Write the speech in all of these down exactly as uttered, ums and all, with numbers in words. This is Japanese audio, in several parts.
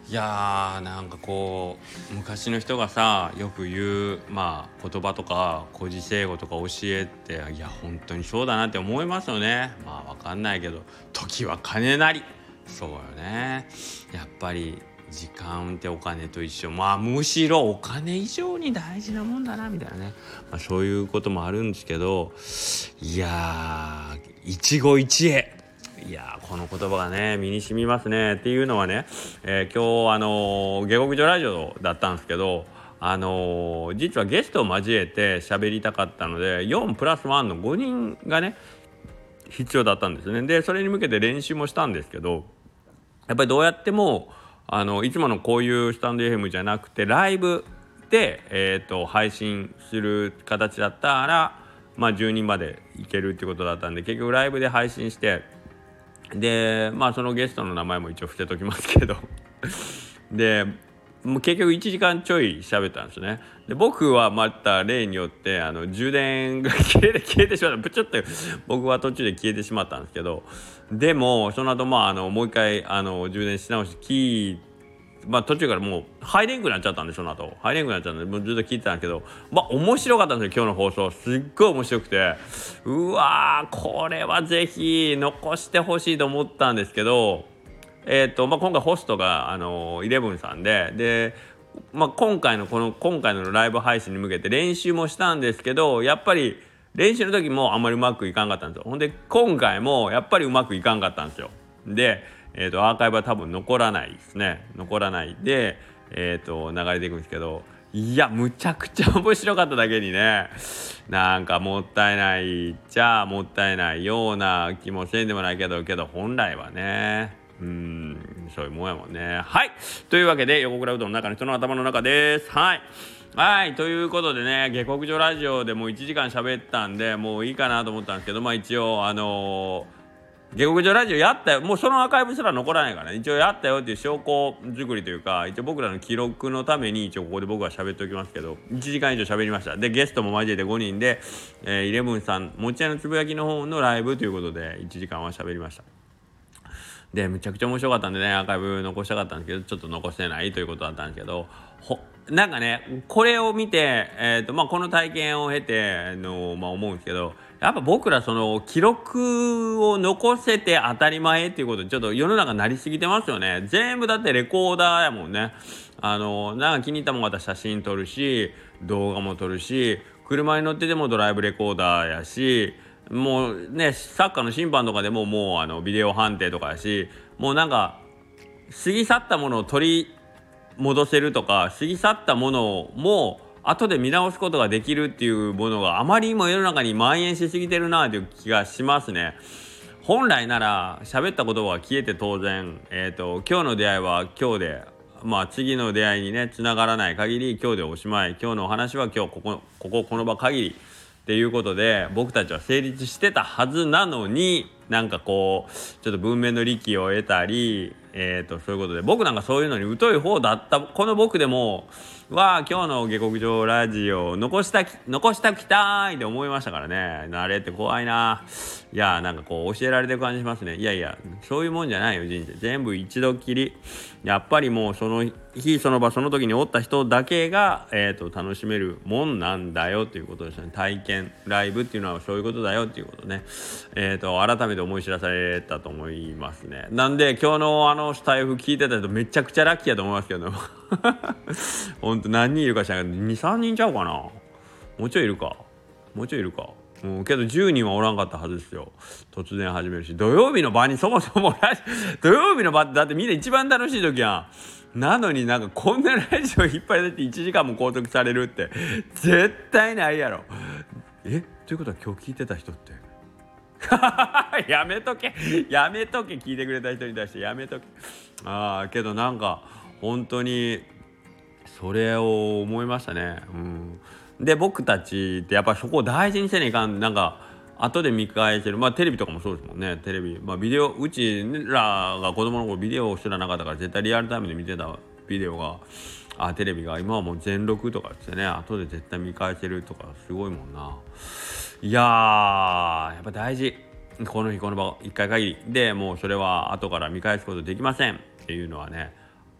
いやーなんかこう昔の人がさよく言うまあ言葉とか古事成語とか教えて、いや本当にそうだなって思いますよね。まあわかんないけど時は金なり、そうよね。やっぱり時間ってお金と一緒、まあむしろお金以上に大事なもんだなみたいなね、まあ、そういうこともあるんですけど、いやー一期一会、いやこの言葉がね身に染みますね。っていうのはね、えー、今日あのー、下克上ラジオだったんですけど、あのー、実はゲストを交えて喋りたかったのでよんプラスワンのごにんがね必要だったんですね。でそれに向けて練習もしたんですけど、やっぱりどうやってもあのいつものこういうスタンド エフエム じゃなくてライブで、えー、と配信する形だったら、まあ、じゅうにんまでいけるっていうことだったんで、結局ライブで配信して、でまあそのゲストの名前も一応伏せときますけどでもう結局いちじかんちょい喋ったんですね。で僕はまた例によってあの充電が切れて消えてしまった、プチュって僕は途中で消えてしまったんですけど、でもその後まああのもう一回あの充電し直して聞いまあ途中からもう入れんくなっちゃったんで、その後入れんくなっちゃったんでもうずっと聞いてたんですけど、まあ面白かったんですよ。今日の放送すっごい面白くて、うわーこれはぜひ残してほしいと思ったんですけど、えーとまあ、今回ホストがあのイレブンさんでで、まあ、今回のこの今回のライブ配信に向けて練習もしたんですけど、やっぱり練習の時もあんまりうまくいかんかったんですよ。ほんで今回もやっぱりうまくいかんかったんですよ。で、えーとアーカイブは多分残らないですね。残らないで、えーと流れていくんですけど、いやむちゃくちゃ面白かっただけにね、なんかもったいないじゃあもったいないような気もせんでもないけどけど本来はね、うーんそういうもんやもんね。はい、というわけで横倉うどんの中の人の頭の中です。はいはいということでね、下克上ラジオでもういちじかん喋ったんでもういいかなと思ったんですけど、まあ一応あのー下克上ラジオやったよ、もうそのアーカイブすら残らないからね、一応やったよっていう証拠作りというか、一応僕らの記録のために一応ここで僕は喋っておきますけど、いちじかん以上喋りました。でゲストも交えてごにんで、えー、イレブンさん持ち合いのつぶやきの方のライブということでいちじかんは喋りました。でむちゃくちゃ面白かったんでね、アーカイブ残したかったんですけどちょっと残してないということだったんですけど、ほなんかねこれを見て、えーとまあ、この体験を経ての、まあ、思うんですけど、やっぱ僕らその記録を残せて当たり前っていうことにちょっと世の中なりすぎてますよね。全部だってレコーダーやもんね。あのなんか気に入ったもんがあったら写真撮るし動画も撮るし、車に乗っててもドライブレコーダーやし、もうねサッカーの審判とかでももうあのビデオ判定とかやし、もうなんか過ぎ去ったものを取り戻せるとか、過ぎ去ったものも後で見直すことができるっていうものがあまりにも世の中に蔓延しすぎてるなという気がしますね。本来なら喋った言葉は消えて当然、えーと、今日の出会いは今日で、まあ次の出会いにね繋がらない限り今日でおしまい、今日のお話は今日こここここの場限りっていうことで僕たちは成立してたはずなのに、なんかこうちょっと文面の利器を得たり、えーとそういうことで僕なんかそういうのに疎い方だったこの僕でも、わあ今日の下克上ラジオ残したき残したきたいって思いましたからね。慣れって怖いな。いやなんかこう教えられてる感じしますね。いやいやそういうもんじゃないよ、人生全部一度きり。やっぱりもうその日その場その時におった人だけが、えーと楽しめるもんなんだよということですね。体験ライブっていうのはそういうことだよっていうことね、えーと改めて思い知らされたと思いますね。なんで今日のあのスタイフ聞いてた人めちゃくちゃラッキーやと思いますけどほんと何人いるか知らないけど にさんにんちゃうかな、もうちょいいるかもうちょいいるか、うん、けどじゅうにんはおらんかったはずですよ。突然始めるし、土曜日の場にそもそも土曜日の場ってだってみんな一番楽しい時やん。なのになんかこんなラジオ引っ張り出していちじかんも拘束されるって絶対ないやろ。えということは今日聞いてた人ってやめとけやめとけ聞いてくれた人に対してやめとけ。ああけどなんか本当にそれを思いましたね。うんで僕たちってやっぱりそこを大事にせないかん。なんか後で見返せる、まあテレビとかもそうですもんね。テレビ、まあビデオ、うちらが子供の頃ビデオすらなかったから絶対リアルタイムで見てたビデオが、あテレビが今はもう全録とかですね、後で絶対見返せるとかすごいもんな。いやーやっぱ大事。この日この場いっかい限りでもうそれは後から見返すことできませんっていうのはね、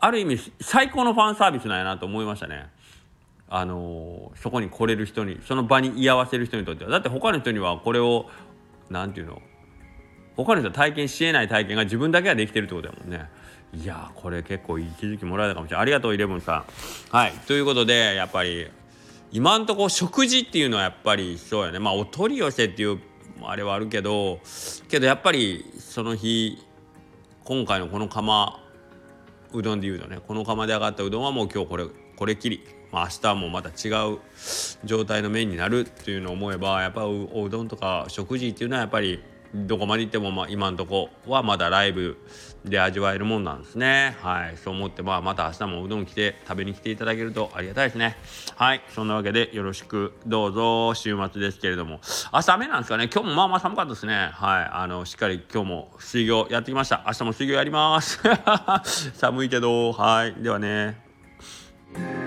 ある意味最高のファンサービスなんやなと思いましたね。あのー、そこに来れる人に、その場に居合わせる人にとっては。だって他の人にはこれをなんていうの、他の人は体験しえない体験が自分だけはできてるってことだもんね。いやーこれ結構いい気づきもらえたかもしれない。ありがとうイレブンさん。はい、ということでやっぱり今んとこ食事っていうのはやっぱりそうやね、まあお取り寄せっていうあれはあるけどけどやっぱりその日今回のこの釜うどんでいうとね、この釜で上がったうどんはもう今日これこれきり、まあ、明日はもうまた違う状態の麺になるっていうのを思えば、やっぱりおうどんとか食事っていうのはやっぱりどこまで行っても、まあ、今のとこはまだライブで味わえるもんなんですね。はい、そう思って、まあ、また明日もうどん来て食べに来ていただけるとありがたいですね。はい、そんなわけでよろしくどうぞ。週末ですけれども明日雨なんですかね。今日もまあまあ寒かったですね。はい、あのしっかり今日も水行やってきました。明日も水行やります寒いけど。はい、ではね。